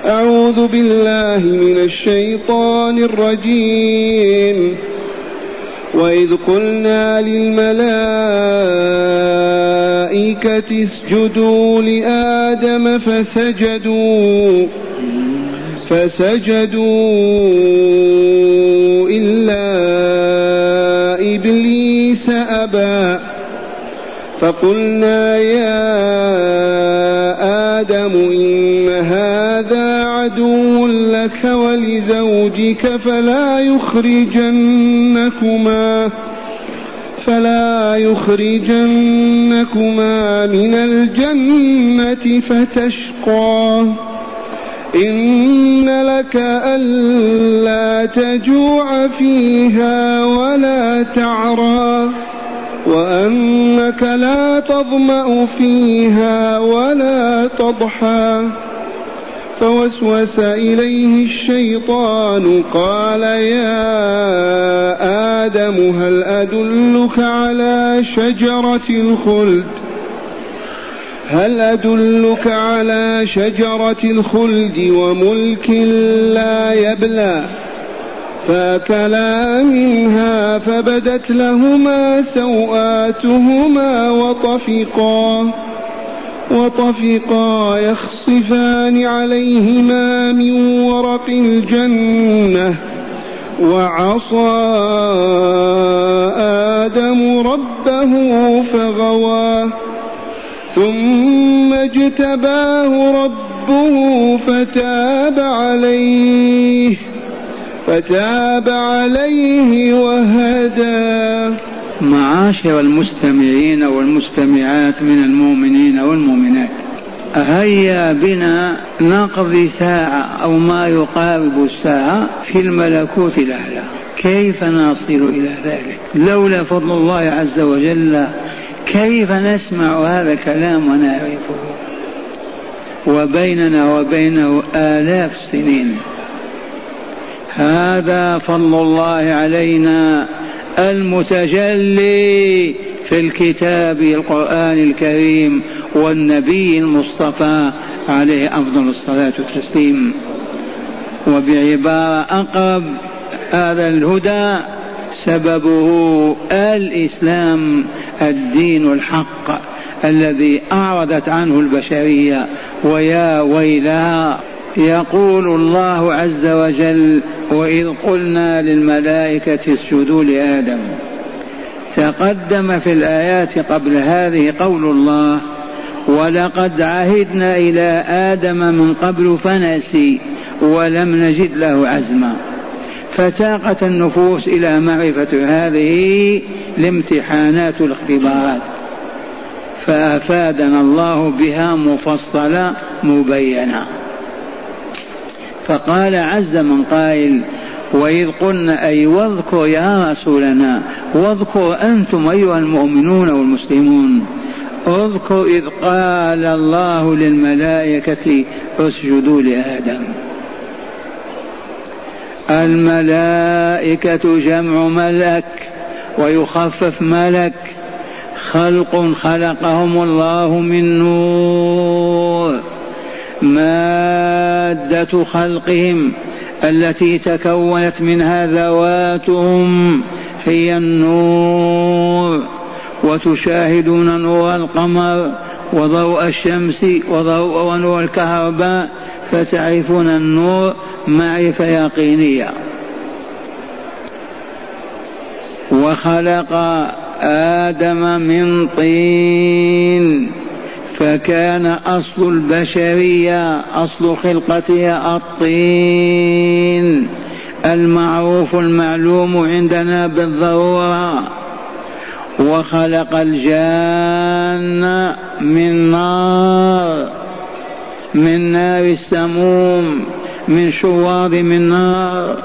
أعوذ بالله من الشيطان الرجيم. وإذ قلنا للملائكة اسجدوا لآدم فسجدوا إلا إبليس أبى فقلنا يا آدم إن هذا عدو لك ولزوجك فلا يخرجنكما من الجنة فتشقى إن لك ألا تجوع فيها ولا تعرى وأنك لا تظمأ فيها ولا تضحى. فوسوس إليه الشيطان قال يا آدم هل أدلك على شجرة الخلد وملك لا يبلى. فأكلا منها فبدت لهما سوآتهما وطفقا يخصفان عليهما من ورق الجنة وعصى آدم ربه فغوى ثم اجتباه ربه فتاب عليه وهدى. معاشر المستمعين والمستمعات من المؤمنين والمؤمنات، هيا بنا نقضي ساعة أو ما يقارب الساعة في الملكوت الأعلى. كيف نصل إلى ذلك لولا فضل الله عز وجل؟ كيف نسمع هذا الكلام ونعرفه وبيننا وبينه آلاف السنين؟ هذا فضل الله علينا المتجلي في الكتاب القرآن الكريم والنبي المصطفى عليه أفضل الصلاة والتسليم. وبعبارة أقرب، هذا الهدى سببه الإسلام، الدين الحق الذي أعرضت عنه البشرية ويا ويلها. يقول الله عز وجل وإذ قلنا للملائكة اسجدوا لآدم. تقدم في الآيات قبل هذه قول الله ولقد عهدنا إلى آدم من قبل فنسي ولم نجد له عزما. فتاقت النفوس إلى معرفة هذه الامتحانات والاختبارات، فأفادنا الله بها مفصلة مبينة. فقال عز من قائل وإذ قلنا، أي واذكر يا رسولنا، واذكر أنتم أيها المؤمنون والمسلمون، اذكر إذ قال الله للملائكة اسجدوا لآدم. الملائكة جمع ملك ويخفف ملك، خلق خلقهم الله من نور. مادة خلقهم التي تكونت منها ذواتهم هي النور، وتشاهدون نور القمر وضوء الشمس ونور الكهرباء فتعرفون النور معرفة يقينية. وخلق آدم من طين، فكان أصل البشرية أصل خلقتها الطين المعروف المعلوم عندنا بالضرورة. وخلق الجان من نار، من نار السموم، من شواظ من نار.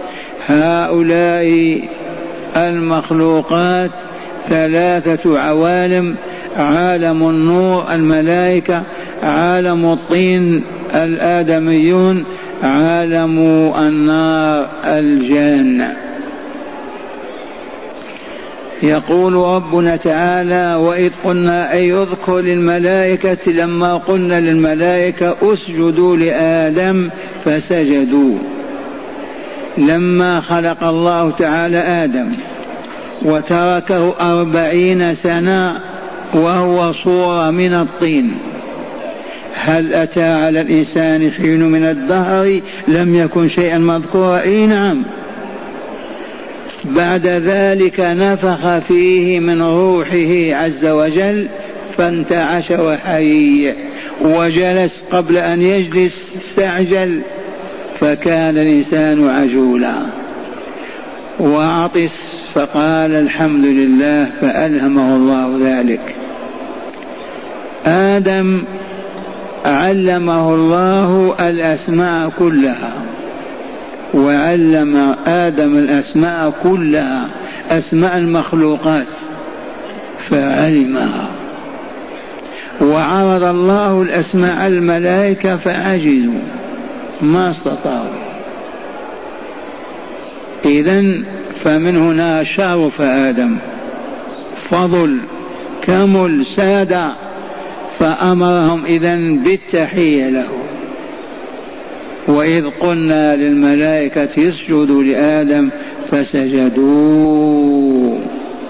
هؤلاء المخلوقات ثلاثة عوالم: عالم النور الملائكة، عالم الطين الآدميون، عالم النار الجن. يقول ربنا تعالى: وإذ قلنا أي اذكر للملائكة لما قلنا للملائكة اسجدوا لآدم فسجدوا. لما خلق الله تعالى آدم وتركه 40 سنة وهو صورة من الطين، هل أتى على الإنسان حين من الدهر لم يكن شيئا مذكورا؟ إيه نعم. بعد ذلك نفخ فيه من روحه عز وجل فانتعش وحي وجلس، قبل أن يجلس استعجل فكان الإنسان عجولا وعطس فقال الحمد لله فألهمه الله ذلك. آدم علمه الله الأسماء كلها، وعلم آدم الأسماء كلها، أسماء المخلوقات فعلمها، وعرض الله الأسماء على الملائكة فعجزوا ما استطاعوا. إذن فمن هنا شرف آدم، فضل، كمل، ساد، فأمرهم إذن بالتحية له. وإذ قلنا للملائكة اسجدوا لآدم فسجدوا.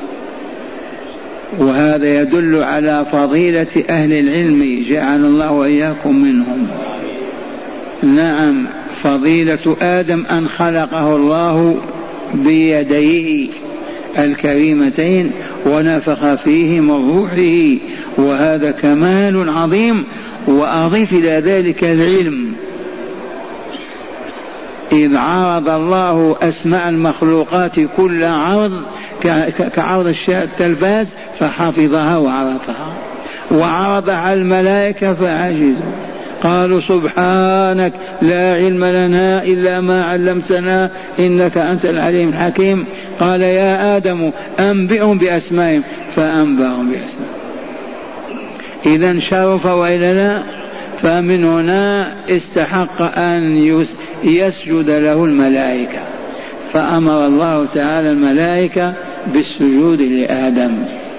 وهذا يدل على فضيلة أهل العلم، جعل الله وإياكم منهم. نعم، فضيلة آدم أن خلقه الله بيديه الكريمتين ونفخ فيه من روحه، وهذا كمال عظيم. وأضيف إلى ذلك العلم، إذ عرض الله أسماء المخلوقات كل عرض كعرض التلفاز فحفظها وعرفها، وعرض على الملائكة فعجزوا قالوا سبحانك لا علم لنا إلا ما علمتنا إنك أنت العليم الحكيم. قال يا آدم أنبئهم بأسمائهم فأنبأهم بأسمائهم. إذن شرف وإلا لا؟ فمن هنا استحق أن يسجد له الملائكة، فأمر الله تعالى الملائكة بالسجود لآدم.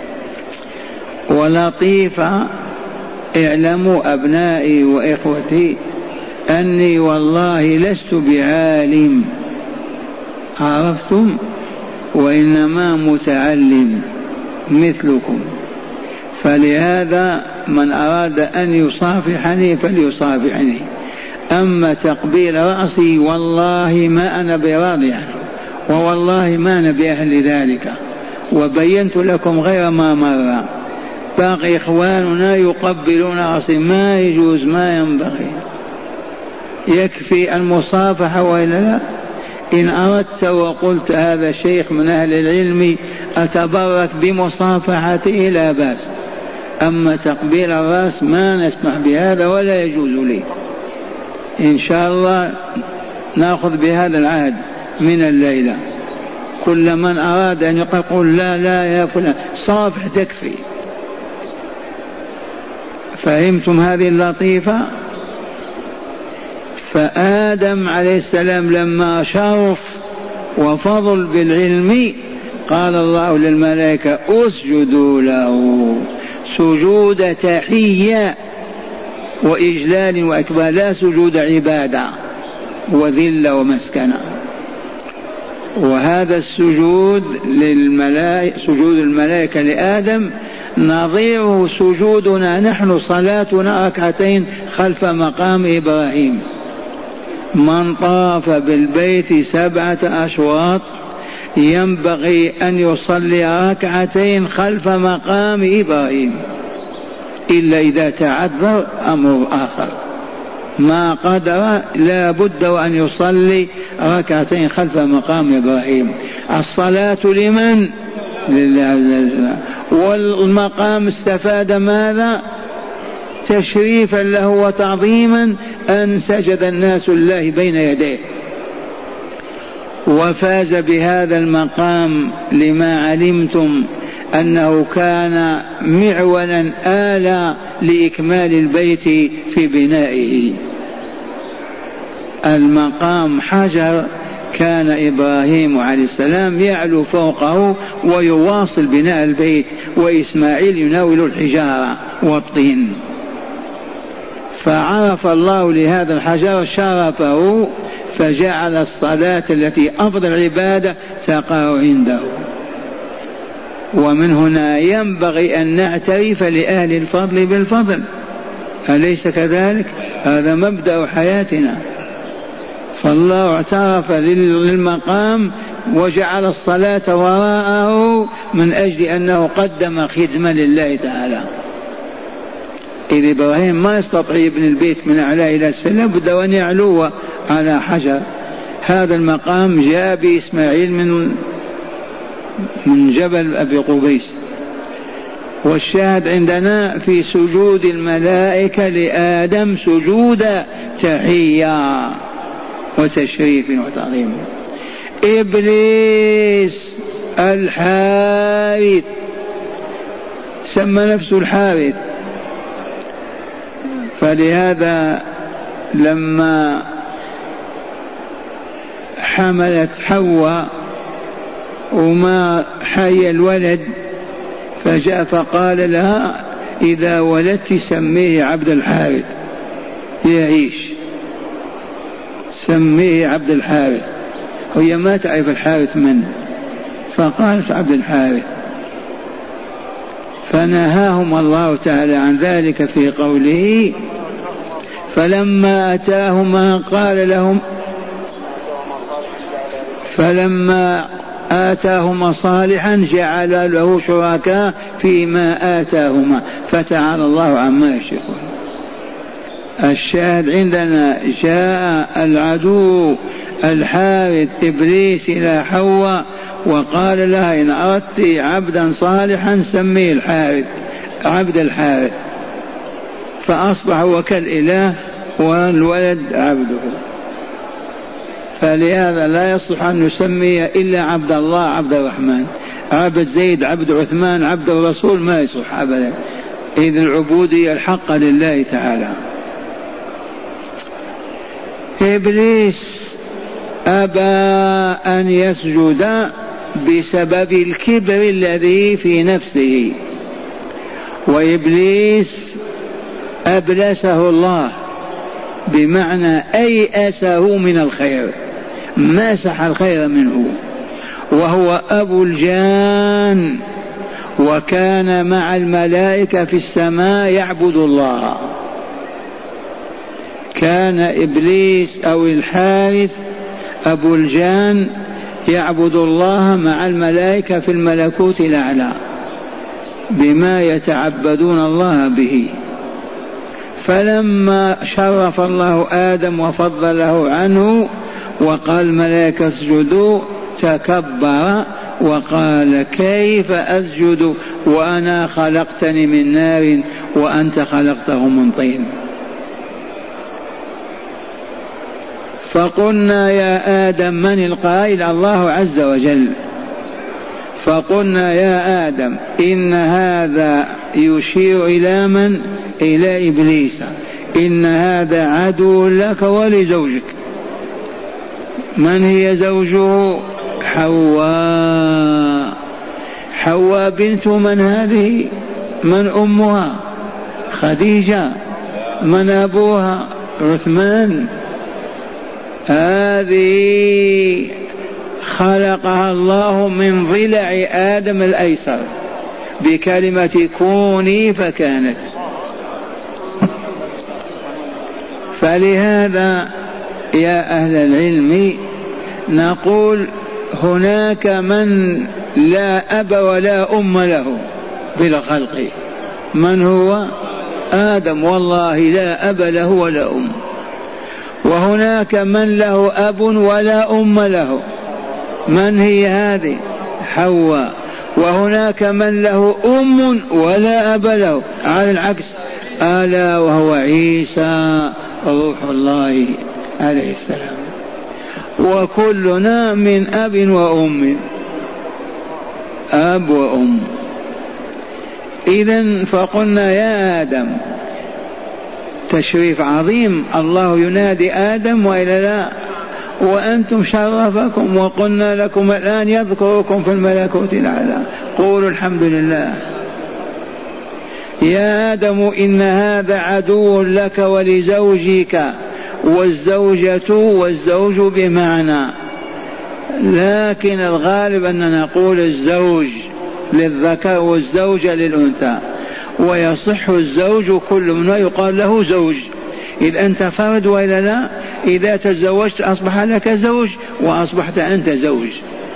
ولطيفة، اعلموا أبنائي وإخوتي أني والله لست بعالم، عرفتم، وإنما متعلم مثلكم، فلهذا من أراد أن يصافحني فليصافحني. أما تقبيل رأسي والله ما أنا براضي عنه، ووالله ما أنا بأهل ذلك، وبينت لكم غير ما مر. باقي إخواننا يقبلون رأسي، ما يجوز، ما ينبغي، يكفي المصافحة وإلا لا. إن أردت وقلت هذا شيخ من أهل العلم أتبرك بمصافحته لا بأس، أما تقبيل الرأس ما نسمح بهذا ولا يجوز لي. إن شاء الله نأخذ بهذا العهد من الليلة، كل من أراد أن يقول لا لا يا فلان صافح تكفي. فهمتم هذه اللطيفة؟ فآدم عليه السلام لما شرف وفضل بالعلم قال الله للملائكة اسجدوا له سجود تحية وإجلال وأكبر، لا سجود عبادة وذل ومسكنة. وهذا السجود للملائكة، سجود الملائكة لآدم، نظيره سجودنا نحن صلاتنا ركعتين خلف مقام إبراهيم. من طاف بالبيت 7 أشواط ينبغي أن يصلي ركعتين خلف مقام إبراهيم، إلا إذا تعذر أمر آخر، ما قدر لا بد أن يصلي ركعتين خلف مقام إبراهيم. الصلاة لمن؟ لله عز وجل. والمقام استفاد ماذا؟ تشريفا له وتعظيما أن سجد الناس لله بين يديه، وفاز بهذا المقام لما علمتم أنه كان معولا آلة لإكمال البيت في بنائه. المقام حجر كان إبراهيم عليه السلام يعلو فوقه ويواصل بناء البيت، وإسماعيل يناول الحجارة والطين. فعرف الله لهذا الحجر شرفه فجعل الصلاة التي أفضل العبادة تقع عنده. ومن هنا ينبغي أن نعترف لأهل الفضل بالفضل، أليس كذلك؟ هذا مبدأ حياتنا. فالله اعترف للمقام وجعل الصلاة وراءه من أجل أنه قدم خدمة لله تعالى. إذ إبراهيم ما يستطيع يبني البيت من أعلى إلى أسفل، لابد أن يعلو على حجر. هذا المقام جاء بإسماعيل من جبل أبي قبيس. والشاهد عندنا في سجود الملائكة لآدم سجود تحية وتشريف وتعظيم. إبليس الحارث سمى نفسه الحارث، فلهذا لما حملت حواء وما حي الولد فجاء فقال لها إذا ولدت سميه عبد الحارث يعيش، سميه عبد الحارث. وهي ما تعرف الحارث من، فقالت عبد الحارث. فنهاهم الله تعالى عن ذلك في قوله فلما آتاهما صالحا جعل له شركاء فيما آتاهما فتعالى الله عما يشركون. الشاهد عندنا جاء العدو الحارث إبليس إلى حواء وقال لها إن أردت عبدا صالحا سميه الحارث، عبد الحارث، فأصبح هو كالإله والولد عبده. فلهذا لا يصلح أن نسمي إلا عبد الله عبد الرحمن، عبد زيد عبد عثمان عبد الرسول ما يصلح أبدا، إذ العبودية الحق لله تعالى. إبليس أبى أن يسجد بسبب الكبر الذي في نفسه، وإبليس أبلسه الله بمعنى أيأسه من الخير، مسح الخير منه، وهو أبو الجان، وكان مع الملائكة في السماء يعبد الله. كان إبليس أو الحارث أبو الجان يعبد الله مع الملائكة في الملكوت الأعلى بما يتعبدون الله به. فلما شرف الله آدم وفضله عنه وقال الملائكة اسجدوا تكبر وقال كيف أسجد وأنا خلقتني من نار وأنت خلقته من طين. فقلنا يا آدم، من القائل؟ الله عز وجل. فقلنا يا آدم إن هذا يشير إلى من؟ إلى إبليس. إن هذا عدو لك ولزوجك. من هي زوجه؟ حواء. حواء بنت من هذه؟ من أمها؟ خديجة. من أبوها؟ عثمان. هذه خلقها الله من ضلع آدم الأيسر بكلمة كوني فكانت. فلهذا يا أهل العلم نقول هناك من لا أب ولا أم له بالخلق. من هو؟ آدم، والله لا أب له ولا أم. وهناك من له أب ولا أم له. من هي هذه؟ حواء. وهناك من له أم ولا أب له، على العكس، ألا وهو عيسى روح الله عليه السلام. وكلنا من أب وأم، أب وأم. إذن فقلنا يا آدم، تشريف عظيم، الله ينادي آدم وإلا لا؟ وأنتم شرفكم وقلنا لكم الآن يذكركم في الملكوت الأعلى. قولوا الحمد لله. يا آدم إن هذا عدو لك ولزوجك، والزوجة والزوج بمعنى، لكن الغالب أننا نقول الزوج للذكر والزوجة للأنثى، ويصح الزوج كل منه يقال له زوج. إذا أنت فرد وإلا لا، إذا تزوجت أصبح لك زوج وأصبحت أنت زوج.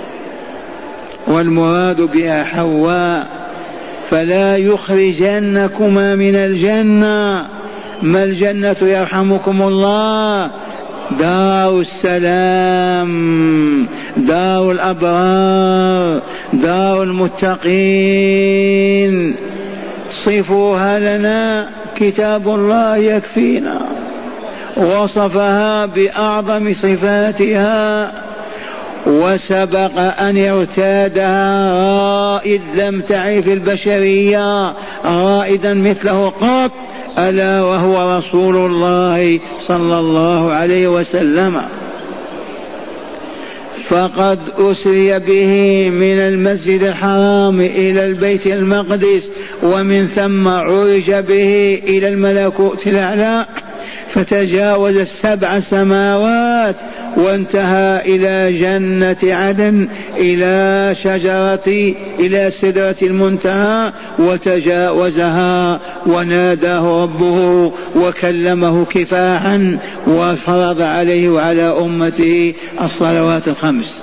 والمراد بها حواء. فلا يخرجنكما من الجنة. ما الجنة يرحمكم الله؟ دار السلام، دار الأبرار، دار المتقين. صفوها لنا، كتاب الله يكفينا، وصفها بأعظم صفاتها، وسبق أن ارتادها رائد لم تعرف البشرية رائدا مثله قط، ألا وهو رسول الله صلى الله عليه وسلم. فقد أسري به من المسجد الحرام إلى البيت المقدس، ومن ثم عرج به إلى الملكوت الأعلى، فتجاوز 7 سماوات وانتهى إلى جنة عدن، إلى إلى سدرة المنتهى، وتجاوزها وناداه ربه وكلمه كفاحا، وفرض عليه وعلى أمته الصلوات الخمس.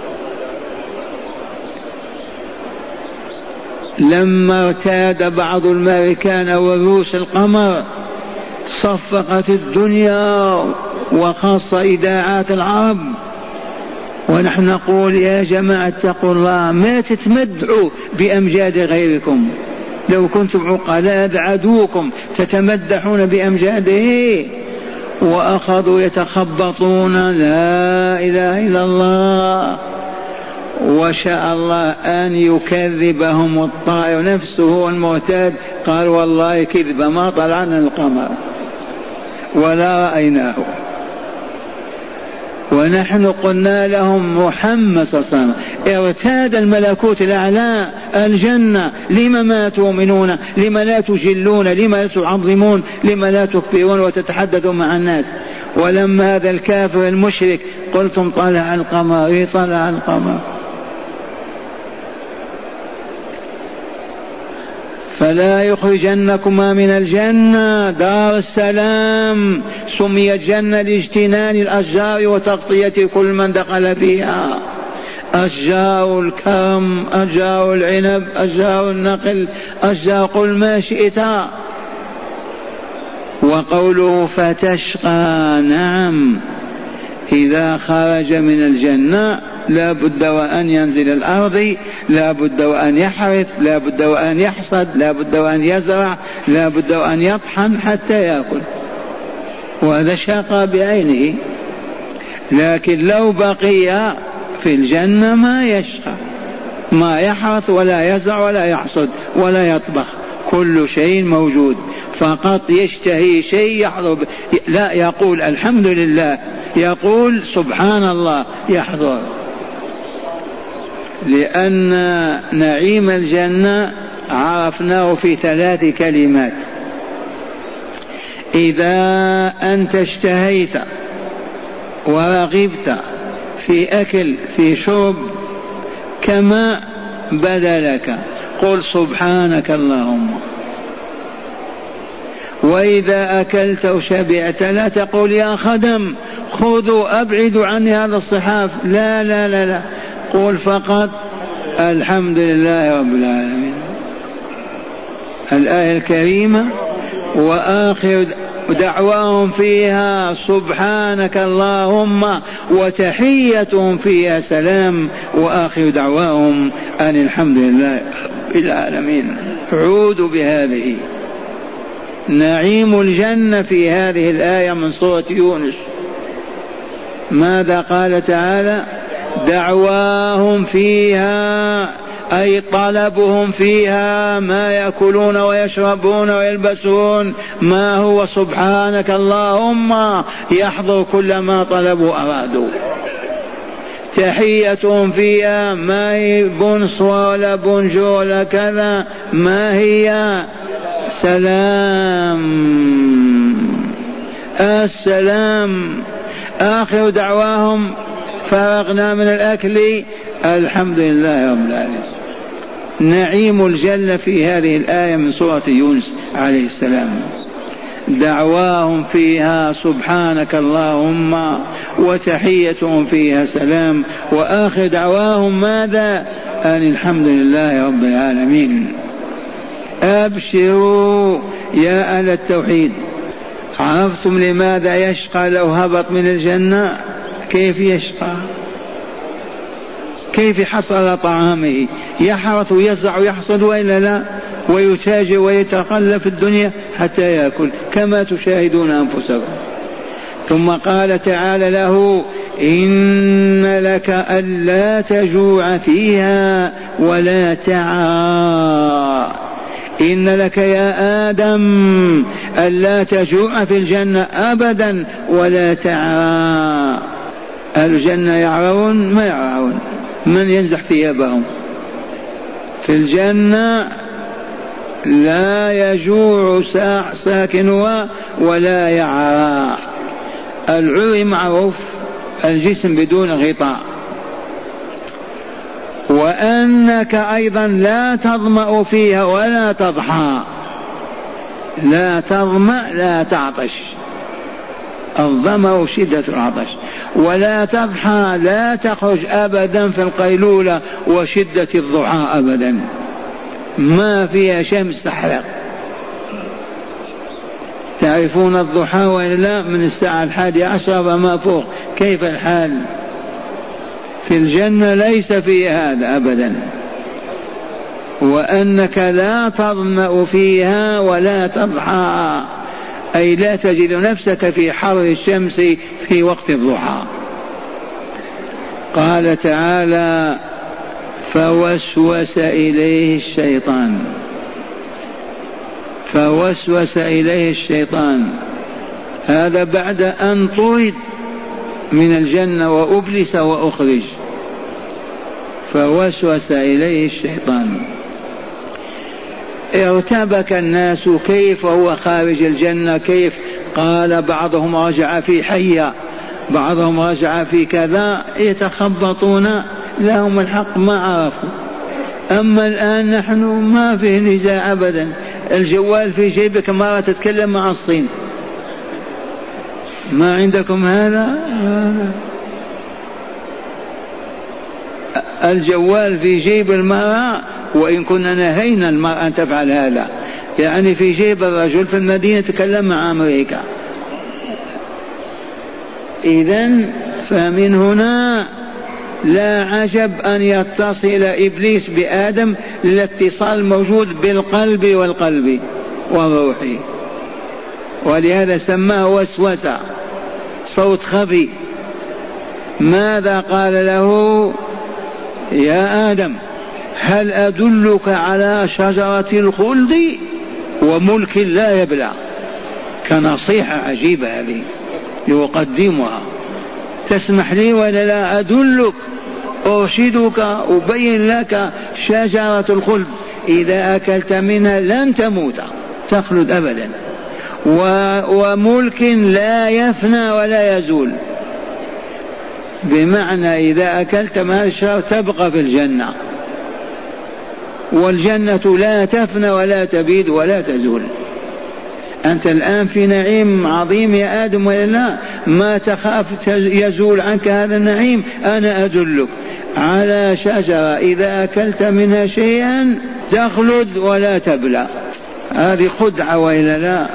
لما ارتاد بعض الأمريكان والروس القمر صفقت الدنيا وخاصة إذاعات العرب، ونحن نقول يا جماعة اتقوا الله، ما تتمدعوا بأمجاد غيركم. لو كنتم عقلاء عدوكم تتمدحون بأمجاده. وأخذوا يتخبطون لا إله إلا الله، وشاء الله أن يكذبهم الطائر نفسه المعتاد، قال والله كذب ما طلعنا القمر ولا رأيناه. ونحن قلنا لهم محمد صلى الله عليه وسلم ارتاد الملكوت الأعلى الجنة، لما ما تؤمنون؟ لما لا تجلون؟ لما لا تعظمون؟ لما لا تكبرون وتتحدثون مع الناس؟ ولما هذا الكافر المشرك قلتم طلع القمر، طلع القمر. فلا يخرجنكما من الجنة دار السلام. سميت جنة لاجتنان الأشجار وتغطية كل من دخل فيها، أشجار الكرم، أشجار العنب، أشجار النخل، أشجار قل ما شئت. وقوله فتشقى، نعم، إذا خرج من الجنة لا بد وأن ينزل الأرض، لا بد وأن يحرث، لا بد وأن يحصد، لا بد وأن يزرع، لا بد وأن يطحن حتى يأكل، وهذا شقى بعينه. لكن لو بقي في الجنة ما يشقى، ما يحرث ولا يزرع ولا يحصد ولا يطبخ، كل شيء موجود، فقط يشتهي شيء يحضر، لا يقول الحمد لله، يقول سبحان الله، يحضر. لأن نعيم الجنة عرفناه في 3 كلمات. إذا أنت اشتهيت ورغبت في أكل في شرب كما بدا لك قل سبحانك اللهم. وإذا أكلت وشبعت لا تقول يا خدم خذوا أبعدوا عني هذا الصحاف، لا لا لا لا، قل فقط الحمد لله رب العالمين. الآية الكريمة وآخر دعواهم فيها سبحانك اللهم وتحيتهم فيها سلام وآخر دعواهم أن الحمد لله رب العالمين. عودوا بهذه نعيم الجنة في هذه الآية من سورة يونس. ماذا قال تعالى؟ دعواهم فيها أي طلبهم فيها ما يأكلون ويشربون ويلبسون ما هو سبحانك اللهم، يحضر كل ما طلبوا أرادوا. تحيتهم فيها ما هي بونسوا ولا بونجور ولا كذا، ما هي سلام. السلام. آخر دعواهم فرغنا من الأكل الحمد لله رب العالمين. نعيم الجنة في هذه الآية من سورة يونس عليه السلام. دعواهم فيها سبحانك اللهم وتحيتهم فيها سلام، وآخر دعواهم ماذا؟ أن الحمد لله رب العالمين. أبشروا يا أهل التوحيد، عرفتم لماذا يشقى لو هبط من الجنة؟ كيف يشقى؟ كيف حصل طعامه؟ يحرث ويزرع ويحصد وإلا لا؟ ويتاجر ويتقلب في الدنيا حتى يأكل كما تشاهدون أنفسكم. ثم قال تعالى له: إن لك ألا تجوع فيها ولا تعرى. إن لك يا آدم ألا تجوع في الجنة أبدا ولا تعرى. أهل الجنة يعرون؟ ما يعرون. من ينزح ثيابهم؟ في الجنة لا يجوع ساكن ولا يعرى. العري معروف، الجسم بدون غطاء. وأنك أيضا لا تظمأ فيها ولا تضحى. لا تظمأ لا تعطش، الظمأ شدة العطش. ولا تضحى، لا تخرج أبدا في القيلولة وشدة الضحى أبدا، ما فيها شمس تحرق. تعرفون الضحى وإلا؟ من الساعة 11 وما فوق. كيف الحال؟ في الجنة ليس فيها هذا أبدا. وأنك لا تظمأ فيها ولا تضحى، أي لا تجد نفسك في حر الشمس في وقت الضحى. قال تعالى: فوسوس إليه الشيطان. فوسوس إليه الشيطان، هذا بعد أن طرد من الجنة وأبلس وأخرج. فوسوس إليه الشيطان. ارتبك الناس، كيف هو خارج الجنة؟ كيف؟ قال بعضهم رجع في حية، بعضهم رجع في كذا، يتخبطون، لهم الحق ما عرفوا. أما الآن نحن ما فيه نزاع أبدا. الجوال في جيبك مرة تتكلم مع الصين. ما عندكم هذا؟ الجوال في جيب المرأة، وإن كنا نهينا المرأة أن تفعل هذا، يعني في جيب الرجل في المدينة تكلم مع أمريكا. إذن فمن هنا لا عجب أن يتصل إبليس بآدم، الاتصال موجود بالقلب والقلب والروح، ولهذا سماه وسوسة، صوت خفي. ماذا قال له؟ يا آدم هل أدلك على شجرة الخلد وملك لا يبلى؟ كنصيحة عجيبة هذه يقدمها. تسمح لي ولا لا أدلك، أرشدك، أبين لك شجرة الخلد، إذا أكلت منها لن تموت، تخلد أبدا، وملك لا يفنى ولا يزول. بمعنى إذا أكلت من هذا الشجر تبقى في الجنة، والجنة لا تفنى ولا تبيد ولا تزول. أنت الآن في نعيم عظيم يا آدم ولا ما تخاف يزول عنك هذا النعيم؟ أنا أدلك على شجرة إذا أكلت منها شيئا تخلد ولا تبلى. هذه خدعة وإلا لا؟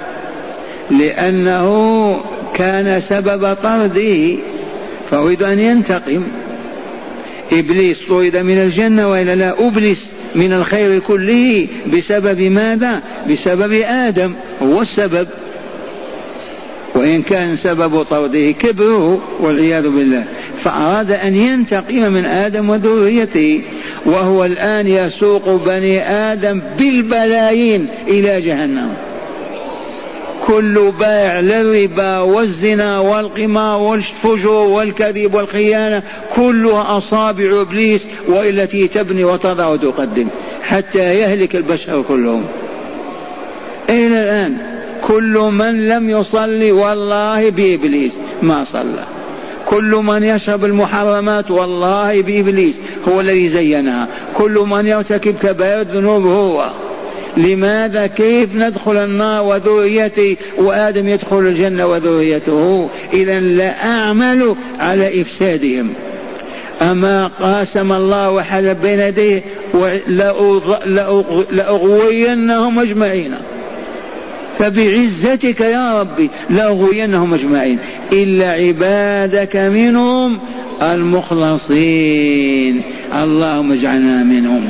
لأنه كان سبب طرده، فأريد أن ينتقم. إبليس طرد من الجنة وإلا لا؟ أبلس من الخير كله بسبب ماذا؟ بسبب آدم، هو السبب، وإن كان سبب طرده كبره والعياذ بالله. فأراد أن ينتقم من آدم وذريته، وهو الآن يسوق بني آدم بالبلايين إلى جهنم. كل بائع للربا والزنا والقمار والفجور والكذب والخيانة كلها أصابع إبليس، والتي تبني وتضع وتقدم حتى يهلك البشر كلهم. إلى الآن كل من لم يصلي والله بإبليس ما صلى، كل من يشرب المحرمات والله بإبليس هو الذي زينها، كل من يرتكب كبائر الذنوب هو. لماذا؟ كيف ندخل النار وذريته وآدم يدخل الجنة وذريته؟ إذا لا أعمل على إفسادهم. أما قاسم الله وحل بين يديه لأغوينهم أجمعين، فبعزتك يا ربي لأغوينهم أجمعين إلا عبادك منهم المخلصين، اللهم اجعلنا منهم.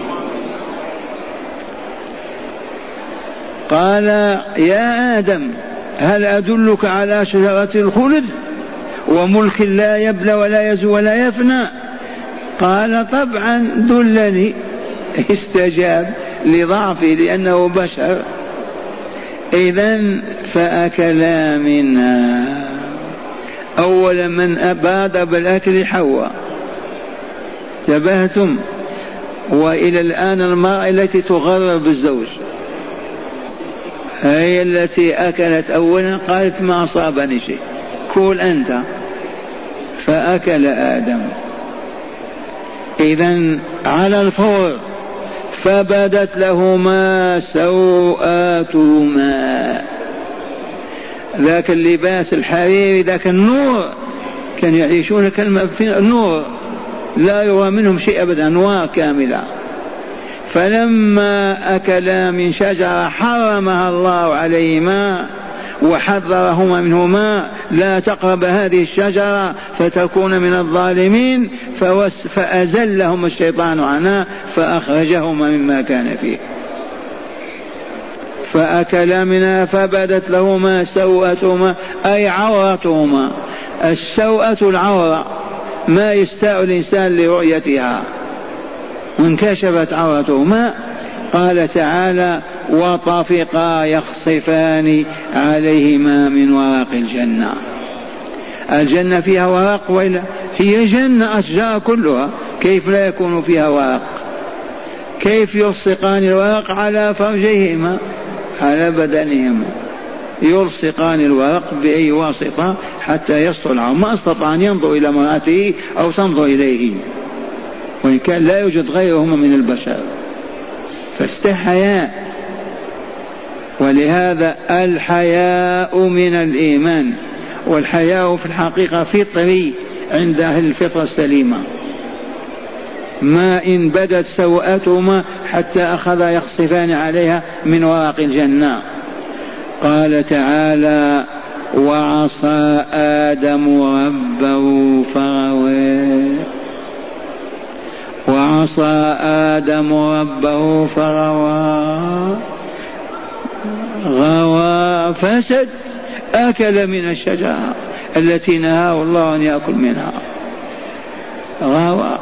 قال يا آدم هل أدلك على شجرة الخلد وملك لا يبلى ولا يزول ولا يفنى؟ قال طبعا دلني. استجاب لضعفه لأنه بشر. إذن فأكلا منها. أول من أباد بالأكل حواء، تبهتم. وإلى الآن المرأة التي تغرر بالزوج هي التي أكلت أولا، قالت ما أصابني شيء، كل أنت. فأكل آدم. إذن على الفور فبدت لهما سوآتهما، ذاك اللباس الحريري ذاك النور، كانوا يعيشون كلمة في النور لا يرى منهم شيء أبدا، أنوار كاملة. فلما أكلا من شجرة حرمها الله عليهما وحذرهما منهما لا تقرب هذه الشجرة فتكون من الظالمين، فأزلهم الشيطان عنها فأخرجهما مما كان فيه. فأكلا منها فبدت لهما سوءتهما أي عورتهما. السوءة العورة ما يستاء الإنسان لرؤيتها، وانكشفت عورتهما. قال تعالى وطفقا يخصفان عليهما من ورق الجنة. الجنة فيها ورق وإلا؟ هي جنة أشجار كلها، كيف لا يكون فيها ورق؟ كيف يلصقان الورق على فرجيهما على بدنهما؟ يلصقان الورق بأي واسطة حتى يسطع، ما استطاع أن ينظر إلى امرأته أو تنظر إليه، وإن كان لا يوجد غيرهما من البشر، فاستحيا. ولهذا الحياء من الإيمان، والحياء في الحقيقة فطري عند أهل الفطرة السليمة. ما إن بدت سوءتهما حتى أخذ يخصفان عليها من ورق الجنة. قال تعالى وعصى آدم ربه فغوى. وعصى آدم ربه فغوى، غوى فسد، أكل من الشجرة التي نهاه الله أن يأكل منها، غوى.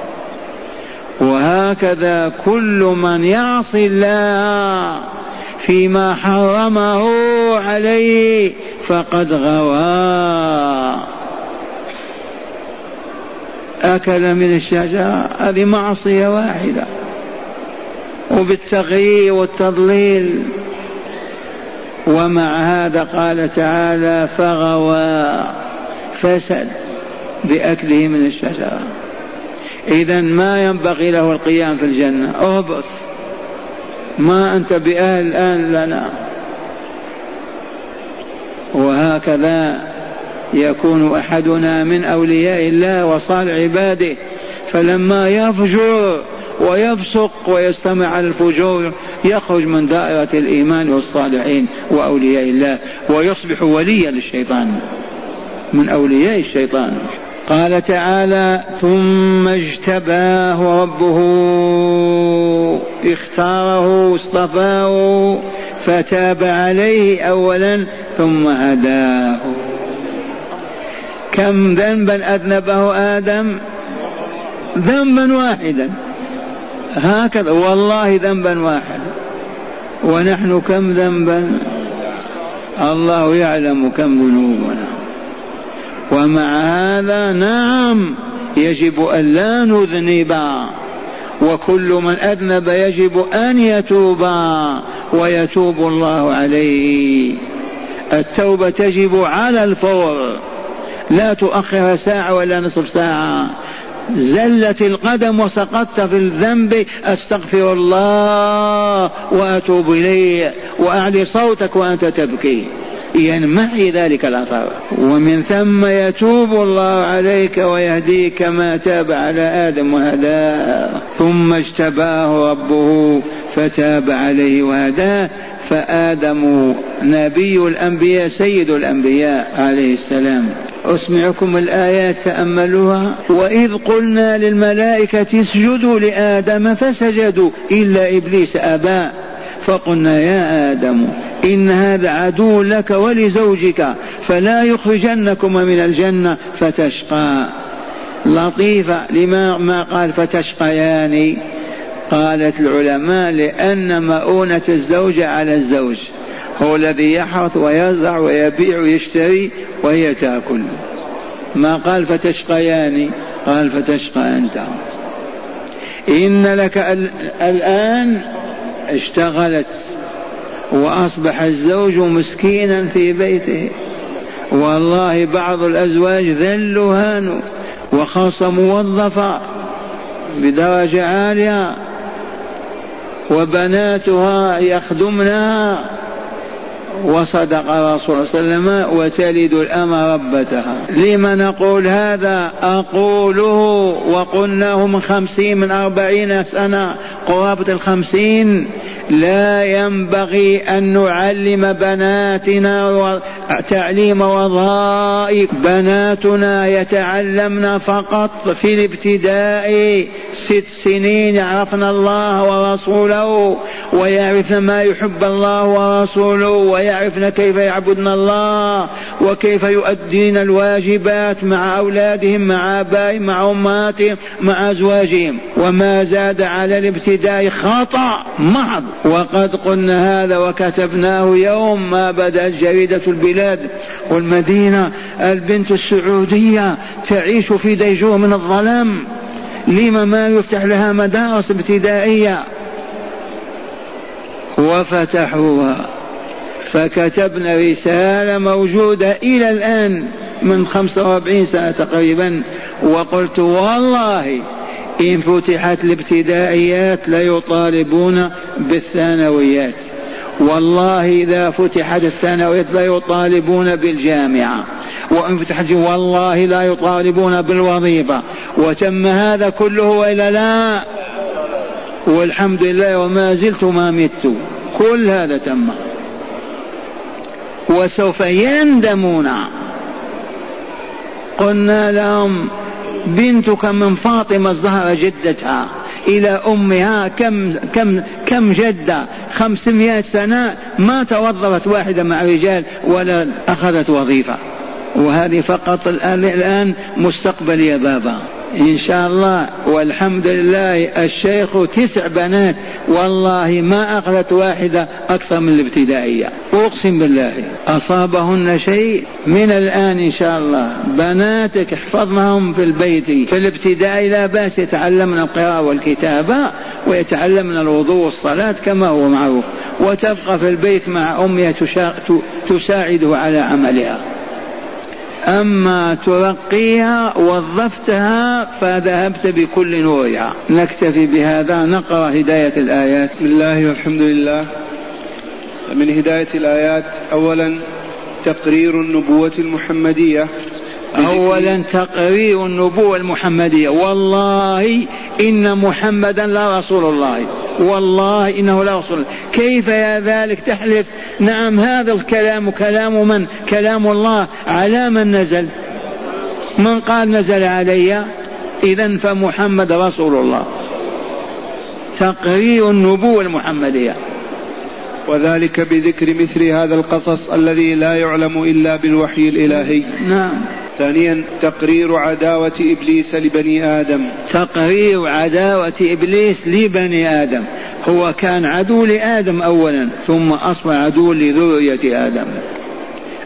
وهكذا كل من يعصي الله فيما حرمه عليه فقد غوى، أكل من الشجرة. هذه معصية واحدة، وبالتغيير والتضليل. ومع هذا قال تعالى فغوى، فسد بأكله من الشجرة. إذن ما ينبغي له القيام في الجنة، اهبط، ما أنت بأهل الآن لنا. وهكذا يكون أحدنا من أولياء الله وصالح عباده، فلما يفجر ويفسق ويستمع على الفجور يخرج من دائرة الإيمان والصالحين وأولياء الله ويصبح وليا للشيطان، من أولياء الشيطان. قال تعالى ثم اجتباه ربه، اختاره اصطفاه فتاب عليه أولا ثم هداه. كم ذنبا أذنبه آدم؟ ذنبا واحدا، هكذا والله ذنبا واحدا. ونحن كم ذنبا؟ الله يعلم كم ذنوبنا. ومع هذا نعم يجب أن لا نذنب، وكل من أذنب يجب أن يتوب ويتوب الله عليه. التوبة تجب على الفور، لا تؤخر ساعة ولا نصف ساعة. زلت القدم وسقطت في الذنب استغفر الله وأتوب إليه، وأعلي صوتك وأنت تبكي، ينمحي ذلك الأثر، ومن ثم يتوب الله عليك ويهديك كما تاب على آدم وهداه. ثم اجتباه ربه فتاب عليه وهداه، فآدم نبي الأنبياء سيد الأنبياء عليه السلام. أسمعكم الآيات تأملوها. وإذ قلنا للملائكة اسجدوا لآدم فسجدوا إلا إبليس أبى، فقلنا يا آدم إن هذا عدو لك ولزوجك فلا يخرجنكما من الجنة فتشقى. لطيفة، لما ما قال فتشقيان؟ قالت العلماء لأن مؤونة الزوج على الزوج، هو الذي يحرث ويزرع ويبيع ويشتري وهي تأكل. ما قال فتشقيان، قال فتشقى أنت. إن لك الآن اشتغلت وأصبح الزوج مسكينا في بيته. والله بعض الأزواج ذلوا هانوا وخاصة موظفة بدرجة عالية وبناتها يخدمنها، وصدق رسول الله صلى الله عليه وسلم وتلد الأمة ربتها. لما نقول هذا؟ أقوله وقلناه من 50 من 40 سنة قرابة 50. لا ينبغي أن نعلم بناتنا تعليم وظائف. بناتنا يتعلمن فقط في الابتدائي 6 سنين يعرفن الله ورسوله ويعرفن ما يحب الله ورسوله ويعرفن كيف يعبدن الله وكيف يؤدين الواجبات مع أولادهم مع آبائهم مع أمهاتهم مع أزواجهم. وما زاد على الابتداء خطأ محض. وقد قلنا هذا وكتبناه يوم ما بدأت جريدة البلاد والمدينة. البنت السعودية تعيش في ديجور من الظلام، لما ما يفتح لها مدارس ابتدائية؟ وفتحوها. فكتبنا رسالة موجودة إلى الآن من 45 سنة تقريبا، وقلت والله إن فتحت الابتدائيات ليطالبون بالثانويات، والله إذا فتحت الثانويات ليطالبون بالجامعة، وإن فتحت والله لا يطالبون بالوظيفة. وتم هذا كله وإلا لا؟ والحمد لله وما زلت ما مت. كل هذا تم، وسوف يندمون. قلنا لهم بنتك من فاطمة الزهراء جدتها إلى أمها كم جدة 500 سنة ما توظفت واحدة مع رجال ولا أخذت وظيفة. وهذه فقط الآن مستقبل يا بابا إن شاء الله. والحمد لله الشيخ 9 بنات والله ما أخذت واحدة أكثر من الابتدائية، أقسم بالله أصابهن شيء. من الآن إن شاء الله بناتك احفظنهم في البيت في الابتدائي لا بأس، يتعلمن القراءة والكتابة ويتعلمن الوضوء والصلاة كما هو معروف، وتبقى في البيت مع أمها تساعده على عملها. أما ترقيها وظفتها فذهبت بكل نورها. نكتفي بهذا. نقرأ هداية الآيات. بسم الله والحمد لله. من هداية الآيات أولا تقرير النبوة المحمدية. أولا تقرير النبوة المحمدية. والله إن محمدا لا رسول الله، والله إنه لا رسول الله. كيف يا ذلك تحلف؟ نعم هذا الكلام كلام من؟ كلام الله. على من نزل؟ من قال نزل علي؟ إذن فمحمد رسول الله. تقرير النبوة المحمدية. وذلك بذكر مثل هذا القصص الذي لا يعلم إلا بالوحي الإلهي. نعم. ثانيا تقرير عداوة إبليس لبني آدم. تقرير عداوة إبليس لبني آدم. هو كان عدو لآدم أولا ثم أصبح عدو لذرية آدم.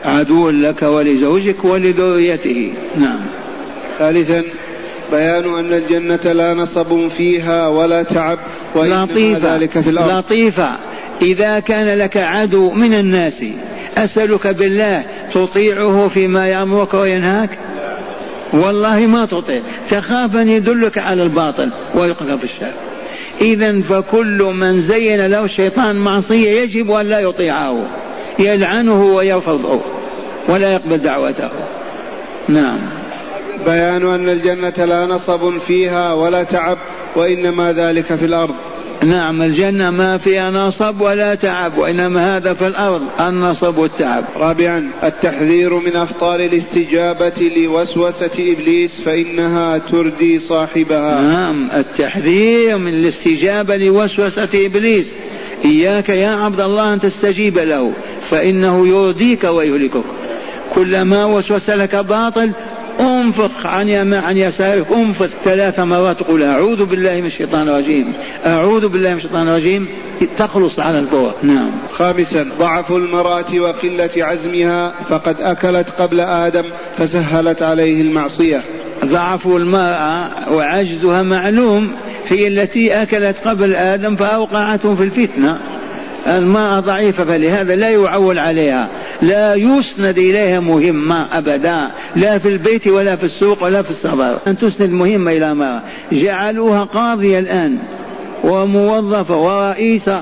عدو لك ولزوجك ولذريته. نعم. ثالثا بيان أن الجنة لا نصب فيها ولا تعب، وإنما ذلك في الأرض. لطيفة. إذا كان لك عدو من الناس أسألك بالله تطيعه فيما يأمرك وينهاك؟ والله ما تطيع، تخاف أن يدلك على الباطل ويلقك في الشر. إذن فكل من زين له الشيطان معصية يجب أن لا يطيعه، يلعنه ويرفضه ولا يقبل دعوته. نعم. بيان أن الجنة لا نصب فيها ولا تعب، وإنما ذلك في الأرض. نعم، الجنة ما فيها نصب ولا تعب، وإنما هذا في الأرض النصب والتعب. رابعا التحذير من أخطار الاستجابة لوسوسة إبليس، فإنها تردي صاحبها. نعم، التحذير من الاستجابة لوسوسة إبليس. إياك يا عبد الله أن تستجيب له، فإنه يرديك ويهلكك. كلما وسوس لك باطل انفق عن يسارك، انفق 3 مرات، قل أعوذ بالله من الشيطان الرجيم، أعوذ بالله من الشيطان الرجيم، تخلص على الفور. نعم. خامسا ضعف المرأة وقلة عزمها، فقد أكلت قبل آدم فسهلت عليه المعصية. ضعف المرأة وعجزها معلوم، هي التي أكلت قبل آدم فأوقعتهم في الفتنة. المرأة ضعيفة، فلهذا لا يعول عليها، لا يسند إليها مهمة أبدا، لا في البيت ولا في السوق ولا في السفر أن تسند مهمة إلى مرأة. جعلوها قاضية الآن وموظفة ورئيسة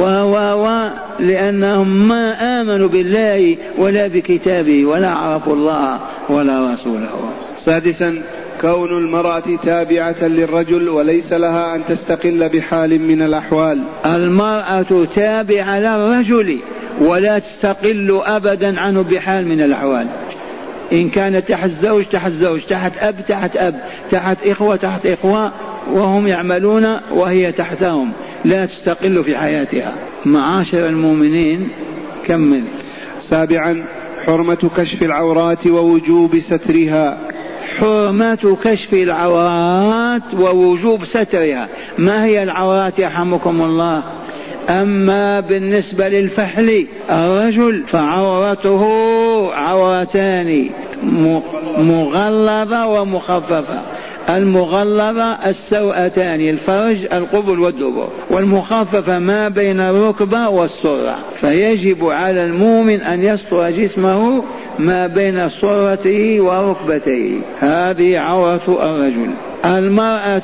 لأنهم ما آمنوا بالله ولا بكتابه ولا عرفوا الله ولا رسوله. سادسا كون المرأة تابعة للرجل وليس لها أن تستقل بحال من الأحوال. المرأة تابعة للرجل ولا تستقل أبدا عنه بحال من الأحوال. إن كانت تحت زوج تحت زوج، تحت أب تحت أب، تحت إخوة تحت إخوة، وهم يعملون وهي تحتهم، لا تستقل في حياتها. معاشر المؤمنين كمل. سابعا حرمة كشف العورات ووجوب سترها. حرمة كشف العورات ووجوب سترها. ما هي العورات يرحمكم الله؟ أما بالنسبة للفحل الرجل فعورته عورتان، مغلظة ومخففة. المغلظة السوأتان، الفرج القبل والدبر، والمخففة ما بين الركبة والسرة. فيجب على المؤمن أن يستر جسمه ما بين سرته وركبته، هذه عورة الرجل. المرأة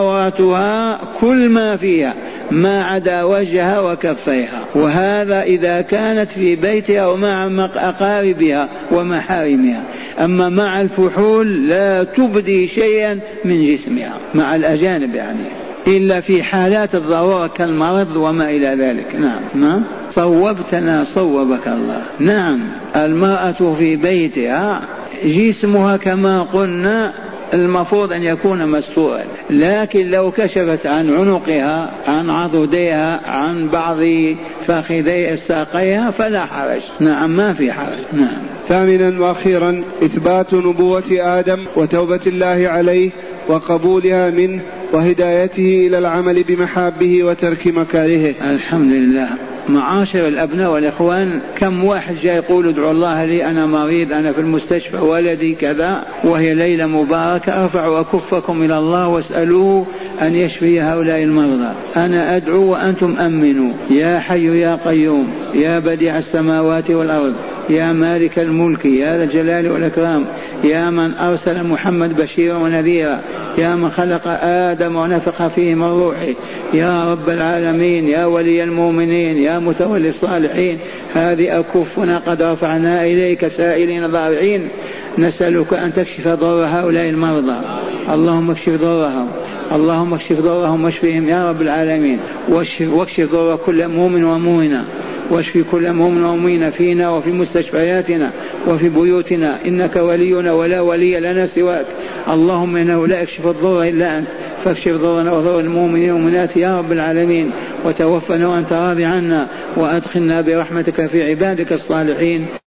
عورتها كل ما فيها ما عدا وجهها وكفيها، وهذا إذا كانت في بيتها ومع أقاربها ومحارمها. أما مع الفحول لا تبدي شيئا من جسمها مع الأجانب يعني، إلا في حالات الضرورة كالمرض وما إلى ذلك. نعم. صوبتنا صوبك الله. نعم، المرأة في بيتها جسمها كما قلنا المفروض أن يكون مستورا، لكن لو كشفت عن عنقها عن عضديها عن بعض فخذي الساقيها فلا حرج. نعم، ما في حرج. نعم. ثامنا وأخيرا إثبات نبوة آدم وتوبة الله عليه وقبولها منه وهدايته إلى العمل بمحابه وترك مكارهه. الحمد لله. معاشر الأبناء والإخوان، كم واحد جاء يقول ادعوا الله لي أنا مريض، أنا في المستشفى، ولدي كذا، وهي ليلة مباركة، أرفع أكفكم إلى الله واسألوه أن يشفي هؤلاء المرضى. أنا أدعو وأنتم أمنوا. يا حي يا قيوم يا بديع السماوات والأرض يا مالك الملك يا ذا الجلال والإكرام، يا من أرسل محمد بشيرا ونذيرا، يا من خلق آدم ونفخ فيه من روحه، يا رب العالمين، يا ولي المؤمنين، يا متولي الصالحين، هذه أكفنا قد رفعنا إليك سائلين ضارعين، نسألك أن تكشف ضر هؤلاء المرضى. اللهم اكشف ضرهم، اللهم اكشف ضرهم واشفهم يا رب العالمين، واكشف ضر كل مؤمن ومؤمنة، واشفي كل مؤمن ومؤمنة فينا وفي مستشفياتنا وفي بيوتنا، إنك ولينا ولا ولي لنا سواك. اللهم إنه لا يكشف الضر إلا أنت، فاكشف ضرنا وضر المؤمنين والمؤمنات يا رب العالمين، وتوفنا وأنت راضي عنا، وأدخلنا برحمتك في عبادك الصالحين.